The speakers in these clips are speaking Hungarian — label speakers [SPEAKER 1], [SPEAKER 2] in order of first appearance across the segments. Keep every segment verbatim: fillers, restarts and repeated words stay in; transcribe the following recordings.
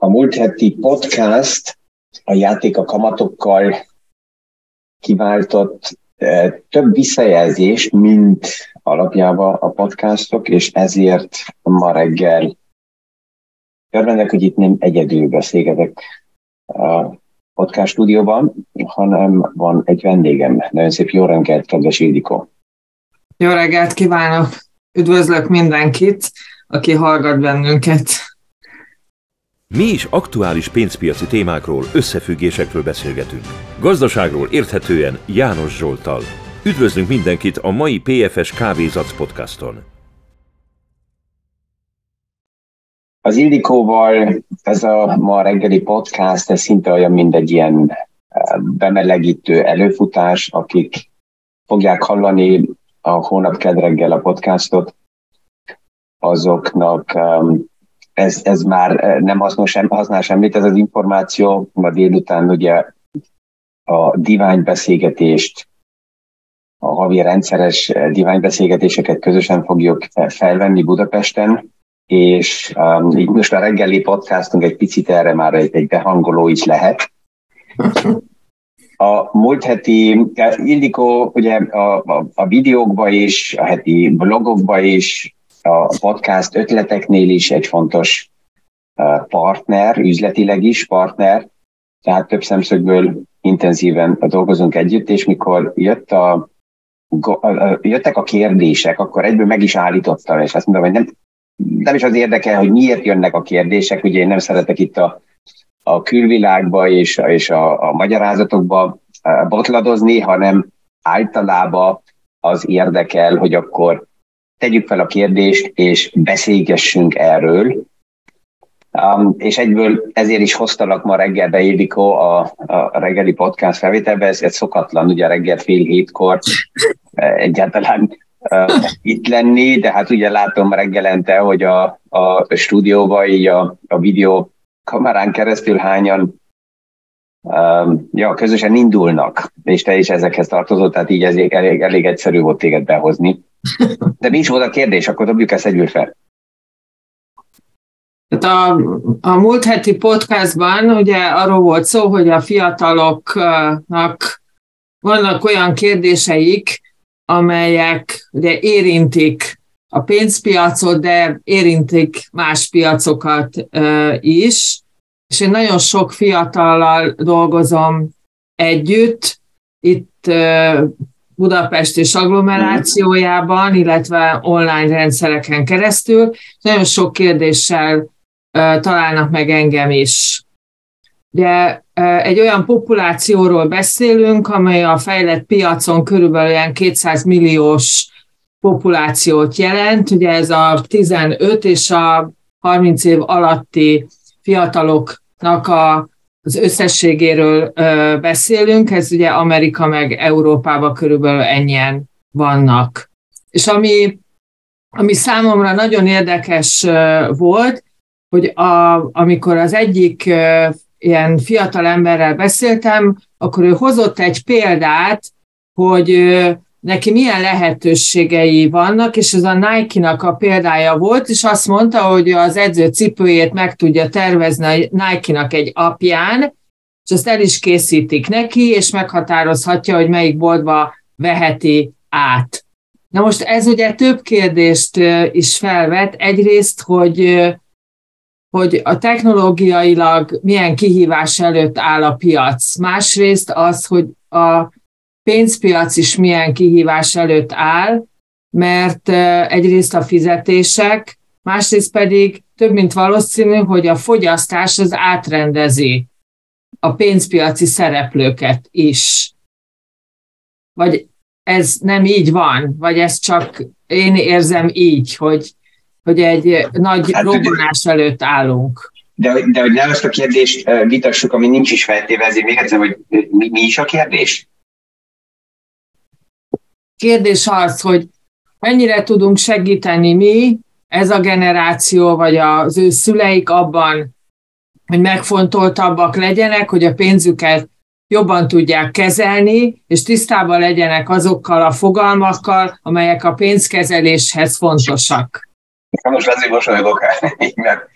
[SPEAKER 1] A múlt heti podcast a játék a kamatokkal kiváltott e, több visszajelzést, mint alapjában a podcastok, és ezért ma reggel örvendek, hogy itt nem egyedül beszélgetek a podcast stúdióban, hanem van egy vendégem. Nagyon szép jó reggelt, kedves Ildikó!
[SPEAKER 2] Jó reggelt kívánok! Üdvözlök mindenkit, aki hallgat bennünket!
[SPEAKER 3] Mi is aktuális pénzpiaci témákról, összefüggésekről beszélgetünk. Gazdaságról érthetően János Zsolttal. Üdvözlünk mindenkit a mai pé ef es Kávézac podcaston.
[SPEAKER 1] Az Ildikóval ez a ma reggeli podcast, ez szinte olyan, mint egy ilyen bemelegítő előfutás, akik fogják hallani a hónap kedd reggel a podcastot, azoknak ez, ez már nem hasznos, sem, használ semmit ez az információ. Ma délután ugye a diványbeszélgetést, a havi rendszeres diványbeszélgetéseket közösen fogjuk felvenni Budapesten, és um, így most a reggeli podcastunk egy picit erre már egy, egy behangoló is lehet. A múlt heti, Ildikó ugye a, a, a videókban is, a heti blogokban is, a podcast ötleteknél is egy fontos uh, partner, üzletileg is partner, tehát több szemszögből intenzíven dolgozunk együtt, és mikor jött a, a, jöttek a kérdések, akkor egyből meg is állítottam, és azt mondom, hogy nem, nem is az érdekel, hogy miért jönnek a kérdések, ugye én nem szeretek itt a, a külvilágba és, és a, a magyarázatokba botladozni, hanem általában az érdekel, hogy akkor tegyük fel a kérdést, és beszélgessünk erről. Um, és egyből ezért is hoztalak ma reggelbe, Ildikó, a, a reggeli podcast felvételbe. Ez, ez szokatlan, ugye reggel fél hétkor egyáltalán uh, itt lenni, de hát ugye látom reggelente, hogy a, a stúdióban így a, a videó kamerán keresztül hányan um, ja, közösen indulnak, és te is ezekhez tartozott, tehát így ezért elég, elég egyszerű volt téged behozni. De mi is volt a kérdés, akkor dobjuk ezt egyből fel.
[SPEAKER 2] A, a múlt heti podcastban ugye arról volt szó, hogy a fiataloknak vannak olyan kérdéseik, amelyek ugye érintik a pénzpiacot, de érintik más piacokat uh, is. És én nagyon sok fiatallal dolgozom együtt, itt uh, Budapest és agglomerációjában, illetve online rendszereken keresztül. Nagyon sok kérdéssel uh, találnak meg engem is. Ugye uh, egy olyan populációról beszélünk, amely a fejlett piacon körülbelül olyan kétszáz milliós populációt jelent. Ugye ez a tizenöt és a harminc év alatti fiataloknak a az összességéről ö, beszélünk, ez ugye Amerika meg Európában körülbelül ennyien vannak. És ami, ami számomra nagyon érdekes ö, volt, hogy a, amikor az egyik ö, ilyen fiatal emberrel beszéltem, akkor ő hozott egy példát, hogy ö, neki milyen lehetőségei vannak, és ez a Nike-nak a példája volt, és azt mondta, hogy az edző cipőjét meg tudja tervezni a Nike-nak egy appján, és azt el is készítik neki, és meghatározhatja, hogy melyik boltba veheti át. Na most ez ugye több kérdést is felvet. Egyrészt, hogy, hogy a technológiailag milyen kihívás előtt áll a piac. Másrészt az, hogy a pénzpiac is milyen kihívás előtt áll, mert egyrészt a fizetések, másrészt pedig több mint valószínű, hogy a fogyasztás az átrendezi a pénzpiaci szereplőket is. Vagy ez nem így van, vagy ez csak én érzem így, hogy, hogy egy nagy hát, robbanás előtt állunk.
[SPEAKER 1] De, de hogy nem ezt a kérdést vitassuk, ami nincs is feltéve, ezért még egyszer, hogy mi, mi is a kérdés?
[SPEAKER 2] Kérdés az, hogy mennyire tudunk segíteni mi, ez a generáció, vagy az ő szüleik abban, hogy megfontoltabbak legyenek, hogy a pénzüket jobban tudják kezelni, és tisztában legyenek azokkal a fogalmakkal, amelyek a pénzkezeléshez fontosak.
[SPEAKER 1] Most azért mosolygok, mert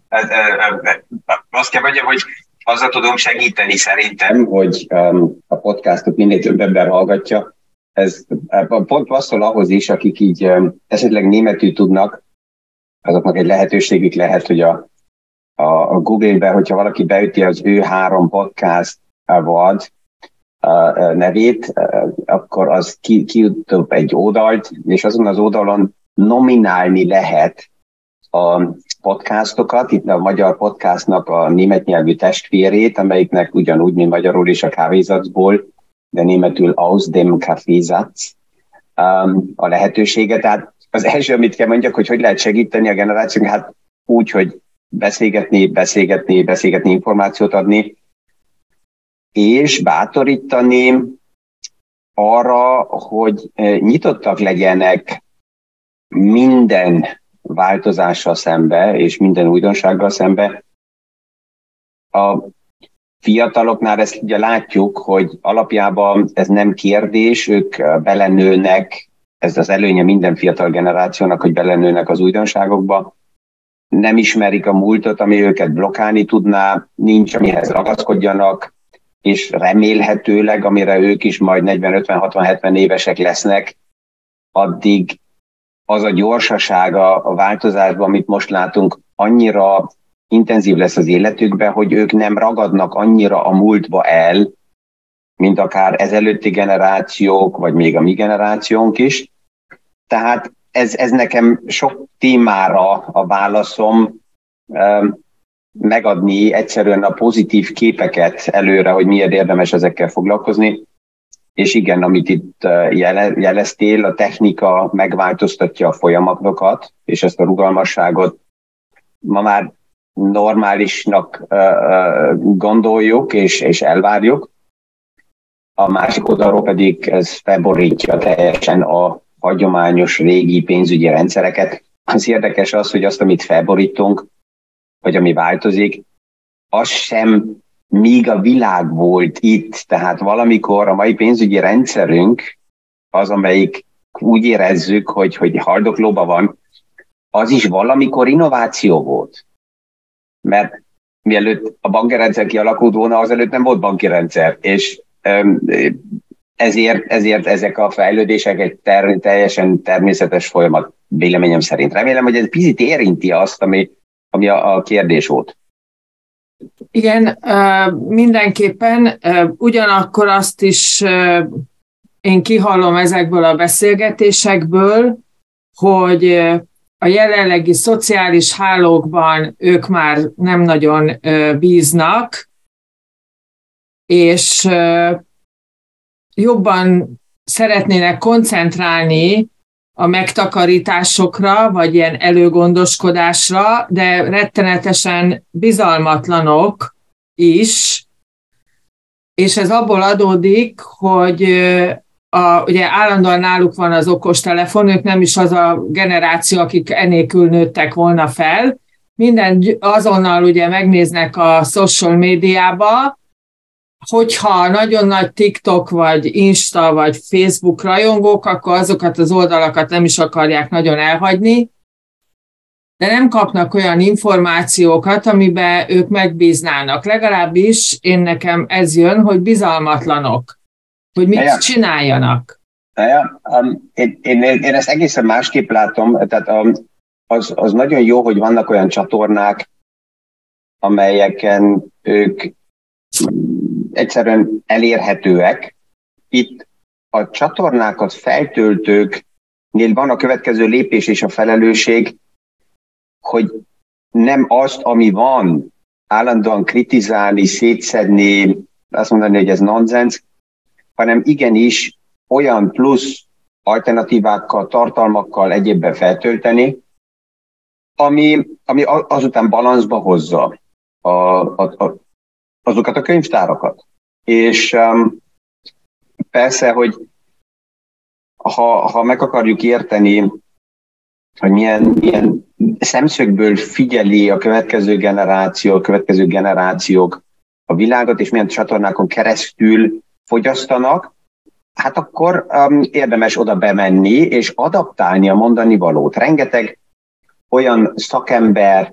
[SPEAKER 1] Azt kell mondjam, hogy azzal tudom segíteni szerintem, hogy um, a podcastot minél több ember hallgatja. Ez pont passzol ahhoz is, akik így um, esetleg németül tudnak, azoknak egy lehetőségük lehet, hogy a, a, a Google-be, hogyha valaki beüti az ő három podcast award uh, nevét, uh, akkor az ki, kiütöbb egy oldalt, és azon az oldalon nominálni lehet a podcastokat, itt a magyar podcastnak a német nyelvű testvérét, amelyiknek ugyanúgy, mint magyarul is a kávézacból, de németül aus dem Kaffeesatz um, a lehetősége. Tehát az első, amit kell mondjak, hogy hogy lehet segíteni a generációnk, hát úgy, hogy beszélgetni, beszélgetni, beszélgetni, információt adni, és bátorítani arra, hogy nyitottak legyenek minden változással szembe, és minden újdonsággal szembe. A fiataloknál ezt ugye látjuk, hogy alapjában ez nem kérdés, ők belenőnek, ez az előnye minden fiatal generációnak, hogy belenőnek az újdonságokba, nem ismerik a múltat, ami őket blokkálni tudná, nincs, amihez ragaszkodjanak, és remélhetőleg, amire ők is majd negyven, ötven, hatvan, hetven évesek lesznek, addig az a gyorsasága a változásban, amit most látunk, annyira intenzív lesz az életükben, hogy ők nem ragadnak annyira a múltba el, mint akár ezelőtti generációk, vagy még a mi generációnk is. Tehát ez, ez nekem sok témára a válaszom, megadni egyszerűen a pozitív képeket előre, hogy miért érdemes ezekkel foglalkozni. És igen, amit itt jeleztél, a technika megváltoztatja a folyamatokat, és ezt a rugalmasságot ma már normálisnak gondoljuk, és, és elvárjuk. A másik oldalról pedig ez felborítja teljesen a hagyományos régi pénzügyi rendszereket. Az érdekes az, hogy azt, amit felborítunk, vagy ami változik, az sem míg a világ volt itt. Tehát valamikor a mai pénzügyi rendszerünk az, amelyik úgy érezzük, hogy, hogy haldoklóban van, az is valamikor innováció volt. Mert mielőtt a banki rendszer kialakult volna, azelőtt nem volt banki rendszer, és ezért, ezért ezek a fejlődések egy ter- teljesen természetes folyamat, véleményem szerint. Remélem, hogy ez picit érinti azt, ami, ami a, a kérdés volt.
[SPEAKER 2] Igen, mindenképpen. Ugyanakkor azt is én kihallom ezekből a beszélgetésekből, hogy a jelenlegi szociális hálókban ők már nem nagyon bíznak, és jobban szeretnének koncentrálni a megtakarításokra, vagy ilyen előgondoskodásra, de rettenetesen bizalmatlanok is, és ez abból adódik, hogy a, ugye állandóan náluk van az okostelefon, ők nem is az a generáció, akik enélkül nőttek volna fel. Minden azonnal ugye megnéznek a social médiába, hogyha nagyon nagy TikTok, vagy Insta, vagy Facebook rajongók, akkor azokat az oldalakat nem is akarják nagyon elhagyni, de nem kapnak olyan információkat, amiben ők megbíznának. Legalábbis én nekem ez jön, hogy bizalmatlanok, hogy mit ja, csináljanak.
[SPEAKER 1] Ja, um, én, én, én ezt egészen másképp látom, tehát um, az, az nagyon jó, hogy vannak olyan csatornák, amelyeken ők egyszerűen elérhetőek. Itt a csatornákat feltöltőknél van a következő lépés és a felelősség, hogy nem azt, ami van, állandóan kritizálni, szétszedni, azt mondani, hogy ez nonsens, hanem igenis olyan plusz alternatívákkal, tartalmakkal egyébben feltölteni, ami, ami azután balanszba hozza a, a, a azokat a könyvtárakat. És um, persze, hogy ha, ha meg akarjuk érteni, hogy milyen, milyen szemszögből figyeli a következő generáció, a következő generációk a világot, és milyen csatornákon keresztül fogyasztanak, hát akkor um, érdemes oda bemenni, és adaptálni a mondani valót. Rengeteg olyan szakember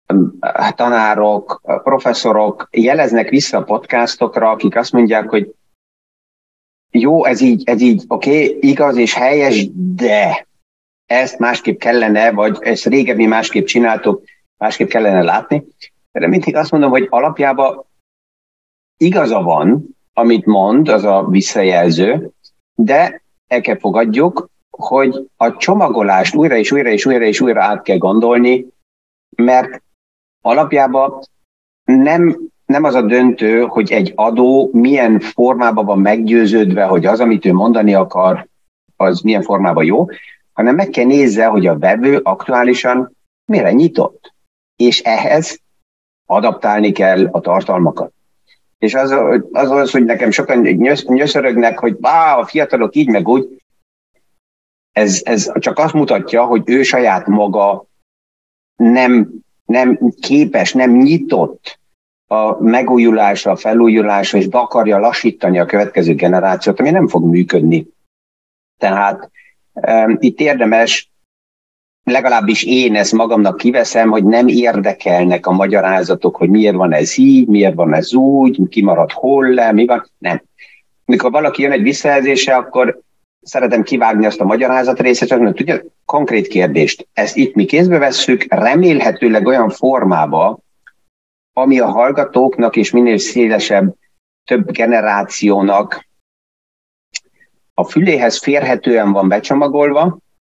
[SPEAKER 1] tanárok, professzorok jeleznek vissza a podcastokra, akik azt mondják, hogy jó, ez így, ez így oké, okay, igaz és helyes, de ezt másképp kellene, vagy ezt régebbi másképp csináltuk, másképp kellene látni. De mindig azt mondom, hogy alapjában igaza van, amit mond, az a visszajelző, de el kell fogadjuk, hogy a csomagolást újra és újra és újra és újra át kell gondolni, mert alapjában nem, nem az a döntő, hogy egy adó milyen formában van meggyőződve, hogy az, amit ő mondani akar, az milyen formában jó, hanem meg kell nézze, hogy a vevő aktuálisan mire nyitott. És ehhez adaptálni kell a tartalmakat. És az az, az hogy nekem sokan nyöszörögnek, hogy bá, a fiatalok így meg úgy, ez, ez csak azt mutatja, hogy ő saját maga nem, nem képes, nem nyitott a megújulásra, a felújulásra, és be akarja lassítani a következő generációt, ami nem fog működni. Tehát um, itt érdemes, legalábbis én ezt magamnak kiveszem, hogy nem érdekelnek a magyarázatok, hogy miért van ez így, miért van ez úgy, ki marad hol le, mi van, nem. Mikor valaki jön egy visszajelzése, akkor szeretem kivágni azt a magyarázat részét, hogy tudja, konkrét kérdést, ezt itt mi kézbe vesszük, remélhetőleg olyan formába, ami a hallgatóknak és minél szélesebb, több generációnak a füléhez férhetően van becsomagolva,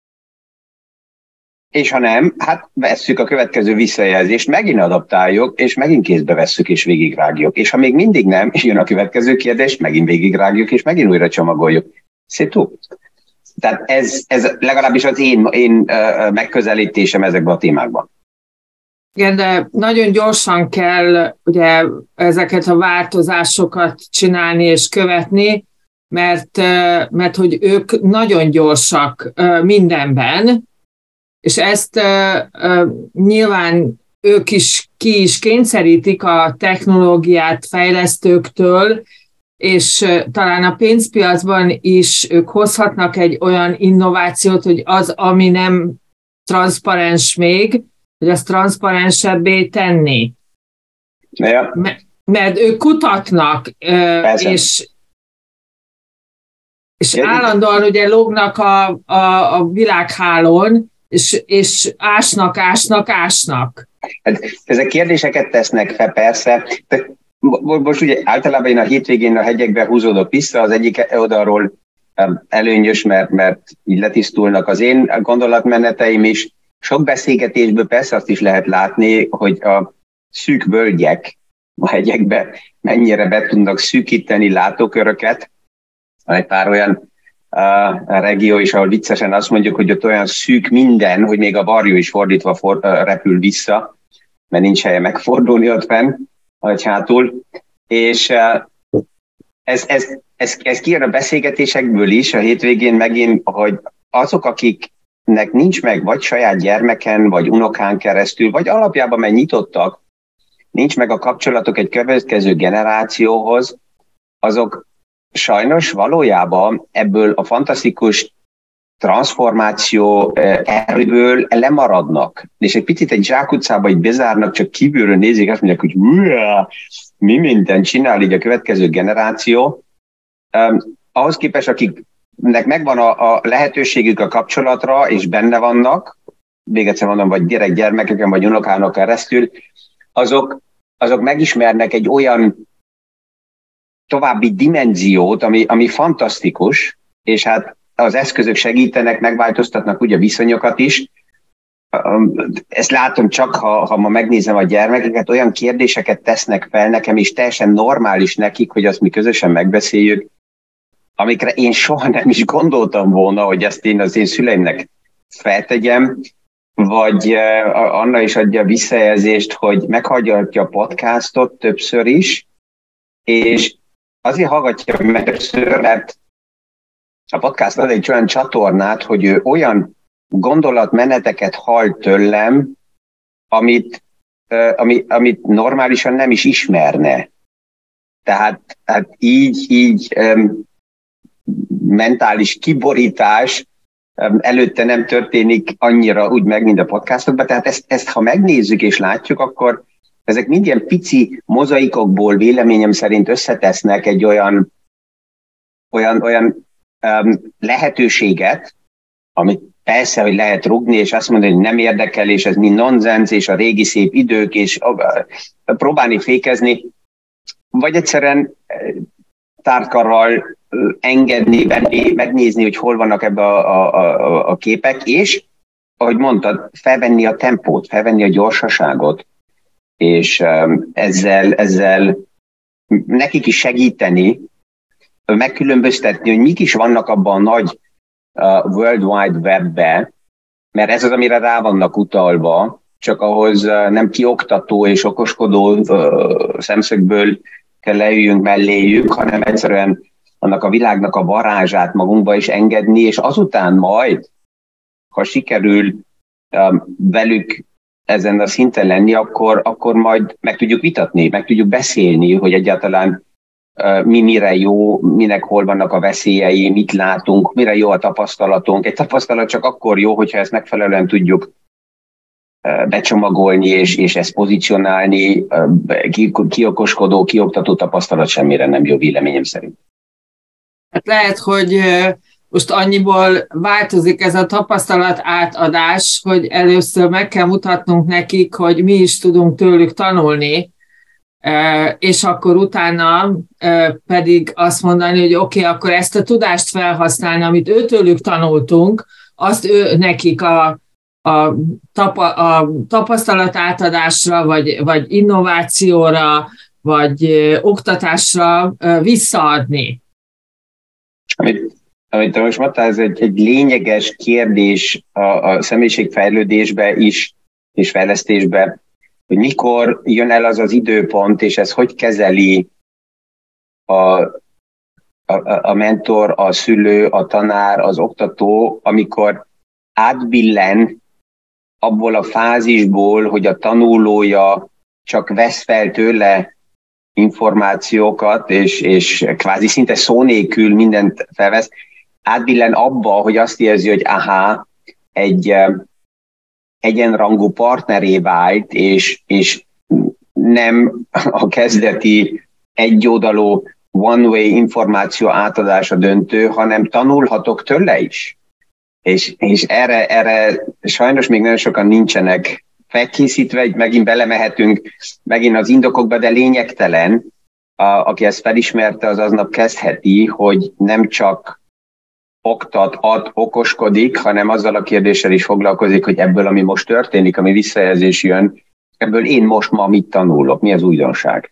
[SPEAKER 1] és ha nem, hát vesszük a következő visszajelzést, megint adaptáljuk, és megint kézbe vesszük, és végigrágjuk. És ha még mindig nem, és jön a következő kérdés, megint végigrágjuk, és megint újra csomagoljuk. C'est tout. Tehát ez, ez legalábbis az én, én uh, megközelítésem ezekben a témákban.
[SPEAKER 2] Igen, de nagyon gyorsan kell ugye ezeket a változásokat csinálni és követni, mert, mert hogy ők nagyon gyorsak mindenben, és ezt nyilván ők is ki is kényszerítik a technológiát fejlesztőktől, és talán a pénzpiacban is ők hozhatnak egy olyan innovációt, hogy az, ami nem transzparens még, hogy azt transzparensebbé tenni.
[SPEAKER 1] Ja.
[SPEAKER 2] Mert ők kutatnak, Persze. és, és ja, állandóan ugye lógnak a, a, a világhálón, és, és ásnak, ásnak, ásnak.
[SPEAKER 1] Hát, ezek kérdéseket tesznek fel, persze. De most ugye általában én a hétvégén a hegyekbe húzódok vissza, az egyik oldalról előnyös, mert, mert így letisztulnak az én gondolatmeneteim is. Sok beszélgetésből persze azt is lehet látni, hogy a szűk völgyek a hegyekbe mennyire be tudnak szűkíteni látóköröket. Van egy pár olyan uh, regió is, ahol viccesen azt mondjuk, hogy ott olyan szűk minden, hogy még a varjú is fordítva for, uh, repül vissza, mert nincs helye megfordulni ott fenn, vagy hátul. És uh, ez, ez, ez, ez kijön a beszélgetésekből is a hétvégén megint, hogy azok, akik nek nincs meg vagy saját gyermeken, vagy unokán keresztül, vagy alapjában meg nyitottak, nincs meg a kapcsolatok egy következő generációhoz, azok sajnos valójában ebből a fantasztikus transformáció erőből lemaradnak. És egy picit egy zsákutcába így bezárnak, csak kívülről nézik, azt mondják, hogy mi mindent csinál így a következő generáció. Um, ahhoz képest, akik nek megvan a, a lehetőségük a kapcsolatra, és benne vannak, még egyszer mondom, vagy gyerek-gyermekeken, vagy unokának keresztül, azok, azok megismernek egy olyan további dimenziót, ami, ami fantasztikus, és hát az eszközök segítenek, megváltoztatnak ugye viszonyokat is. Ezt látom csak, ha, ha ma megnézem a gyermekeket, olyan kérdéseket tesznek fel nekem, és teljesen normális nekik, hogy azt mi közösen megbeszéljük, amikre én soha nem is gondoltam volna, hogy ezt én az én szüleimnek feltegyem, vagy uh, Anna is adja visszajelzést, hogy meghallgatja a podcastot többször is, és azért hallgatja meg többször, mert a podcast ad egy olyan csatornát, hogy ő olyan gondolatmeneteket hall tőlem, amit, uh, ami, amit normálisan nem is ismerne. Tehát hát így, így um, mentális kiborítás előtte nem történik annyira úgy meg, mint a podcastokban. Tehát ezt, ezt ha megnézzük és látjuk, akkor ezek mind ilyen pici mozaikokból véleményem szerint összetesznek egy olyan, olyan, olyan um, lehetőséget, amit persze, hogy lehet rugni, és azt mondani, hogy nem érdekel, és ez mind nonsens, és a régi szép idők, és próbálni fékezni, vagy egyszerűen tártkarral engedni, venni, megnézni, hogy hol vannak ebbe a, a, a, a képek, és, ahogy mondtad, felvenni a tempót, felvenni a gyorsaságot, és ezzel, ezzel nekik is segíteni, megkülönböztetni, hogy mik is vannak abban a nagy uh, World Wide Webbe, mert ez az, amire rá vannak utalva, csak ahhoz uh, nem kioktató és okoskodó uh, szemszögből kell leüljünk melléjük, hanem egyszerűen annak a világnak a varázsát magunkba is engedni, és azután majd, ha sikerül um, velük ezen a szinten lenni, akkor, akkor majd meg tudjuk vitatni, meg tudjuk beszélni, hogy egyáltalán uh, mi mire jó, minek hol vannak a veszélyei, mit látunk, mire jó a tapasztalatunk. Egy tapasztalat csak akkor jó, hogyha ezt megfelelően tudjuk uh, becsomagolni, és, és ezt pozícionálni. Uh, ki, kiokoskodó, kioktató tapasztalat semmire nem jó, véleményem szerint.
[SPEAKER 2] Hát lehet, hogy most annyiból változik ez a tapasztalat átadás, hogy először meg kell mutatnunk nekik, hogy mi is tudunk tőlük tanulni, és akkor utána pedig azt mondani, hogy oké, okay, akkor ezt a tudást felhasználni, amit őtőlük tanultunk, azt ő, nekik a, a, tapa, a tapasztalat átadásra, vagy, vagy innovációra, vagy oktatásra visszaadni.
[SPEAKER 1] Amit, amit most mondtál, ez egy, egy lényeges kérdés a, a személyiségfejlődésbe is, és fejlesztésbe, hogy mikor jön el az az időpont, és ez hogy kezeli a, a, a mentor, a szülő, a tanár, az oktató, amikor átbillen abból a fázisból, hogy a tanulója csak vesz fel tőle információkat, és, és kvázi szinte szó nélkül mindent felvesz, átbillen abba, hogy azt érzi, hogy aha, egy egyenrangú partneré vált, és, és nem a kezdeti egyoldalú one-way információ átadása döntő, hanem tanulhatok tőle is. És, és erre, erre sajnos még nagyon sokan nincsenek felkészítve, hogy megint belemehetünk megint az indokokba, de lényegtelen, a, aki ezt felismerte, az aznap kezdheti, hogy nem csak oktat, ad, okoskodik, hanem azzal a kérdéssel is foglalkozik, hogy ebből, ami most történik, ami visszajelzés jön, ebből én most ma mit tanulok, mi az újdonság?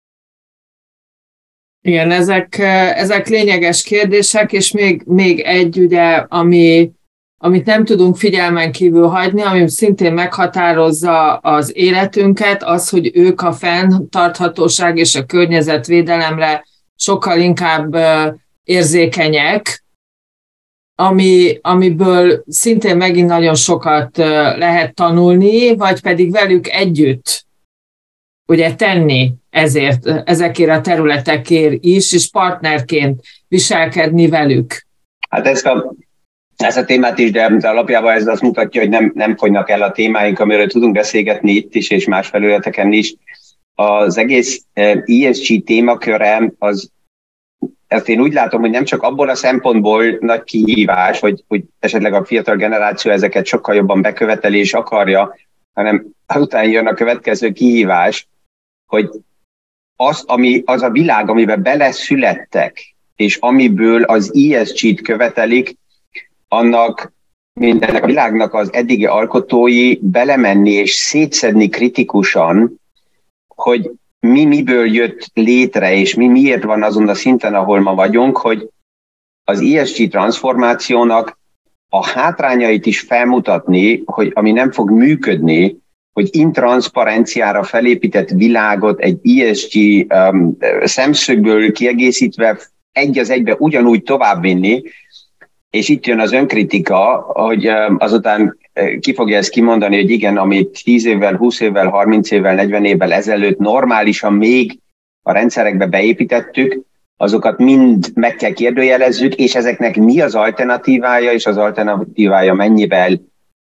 [SPEAKER 2] Igen, ezek, ezek lényeges kérdések, és még, még egy, ugye, ami amit nem tudunk figyelmen kívül hagyni, ami szintén meghatározza az életünket, az, hogy ők a fenntarthatóság és a környezetvédelemre sokkal inkább érzékenyek, ami, amiből szintén megint nagyon sokat lehet tanulni, vagy pedig velük együtt ugye tenni ezért, ezekért a területekért is, és partnerként viselkedni velük.
[SPEAKER 1] Hát ezt a Ezt a témát is, de alapjában ez azt mutatja, hogy nem, nem fogynak el a témáink, amiről tudunk beszélgetni itt is, és más felületeken is. Az egész E S G témaköre, az, ezt én úgy látom, hogy nem csak abból a szempontból nagy kihívás, hogy, hogy esetleg a fiatal generáció ezeket sokkal jobban beköveteli és akarja, hanem azután jön a következő kihívás, hogy az, ami, az a világ, amiben beleszülettek, és amiből az E S G-t követelik, annak mindennek a világnak az eddigi alkotói belemenni és szétszedni kritikusan, hogy mi miből jött létre, és mi miért van azon a szinten, ahol ma vagyunk, hogy az E S G transformációnak a hátrányait is felmutatni, hogy ami nem fog működni, hogy intranszparenciára felépített világot egy E S G um, szemszögből kiegészítve egy az egybe ugyanúgy továbbvinni, és itt jön az önkritika, hogy azután ki fogja ezt kimondani, hogy igen, amit tíz évvel, húsz évvel, harminc évvel, negyven évvel ezelőtt normálisan még a rendszerekbe beépítettük, azokat mind meg kell kérdőjelezzük, és ezeknek mi az alternatívája, és az alternatívája mennyivel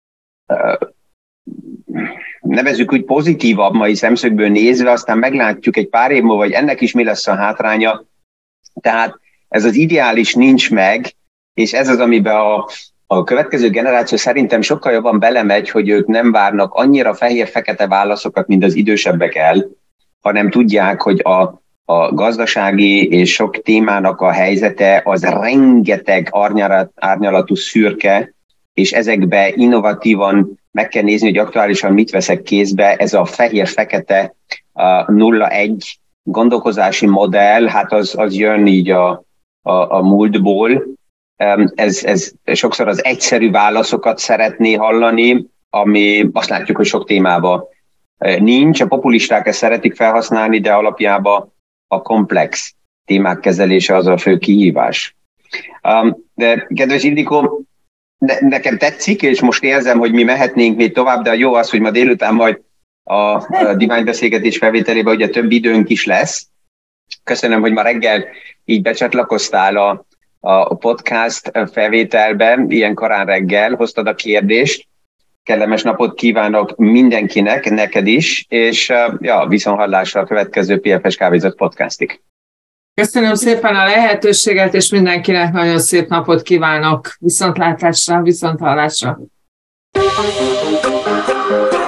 [SPEAKER 1] nevezzük úgy pozitívabb mai szemszögből nézve, aztán meglátjuk egy pár év múlva, hogy ennek is mi lesz a hátránya. Tehát ez az ideális nincs meg, és ez az, amiben a, a következő generáció szerintem sokkal jobban belemegy, hogy ők nem várnak annyira fehér-fekete válaszokat, mint az idősebbek el, hanem tudják, hogy a, a gazdasági és sok témának a helyzete az rengeteg árnyalat, árnyalatú szürke, és ezekbe innovatívan meg kell nézni, hogy aktuálisan mit veszek kézbe. Ez a fehér-fekete nulla egy gondolkozási modell, hát az, az jön így a, a, a múltból. Ez, ez sokszor az egyszerű válaszokat szeretné hallani, ami azt látjuk, hogy sok témában nincs. A populisták ezt szeretik felhasználni, de alapjában a komplex témák kezelése az a fő kihívás. De kedves Ildikó, Ne, nekem tetszik, és most érzem, hogy mi mehetnénk még tovább, de jó az, hogy ma délután majd a, a diványbeszélgetés felvételében ugye több időnk is lesz. Köszönöm, hogy ma reggel így becsatlakoztál a, a podcast felvételben, ilyen korán reggel, hoztad a kérdést. Kellemes napot kívánok mindenkinek, neked is, és ja, viszonthallásra a következő pé ef es Kávézat podcastig.
[SPEAKER 2] Köszönöm szépen a lehetőséget, és mindenkinek nagyon szép napot kívánok. Viszontlátásra, viszonthallásra.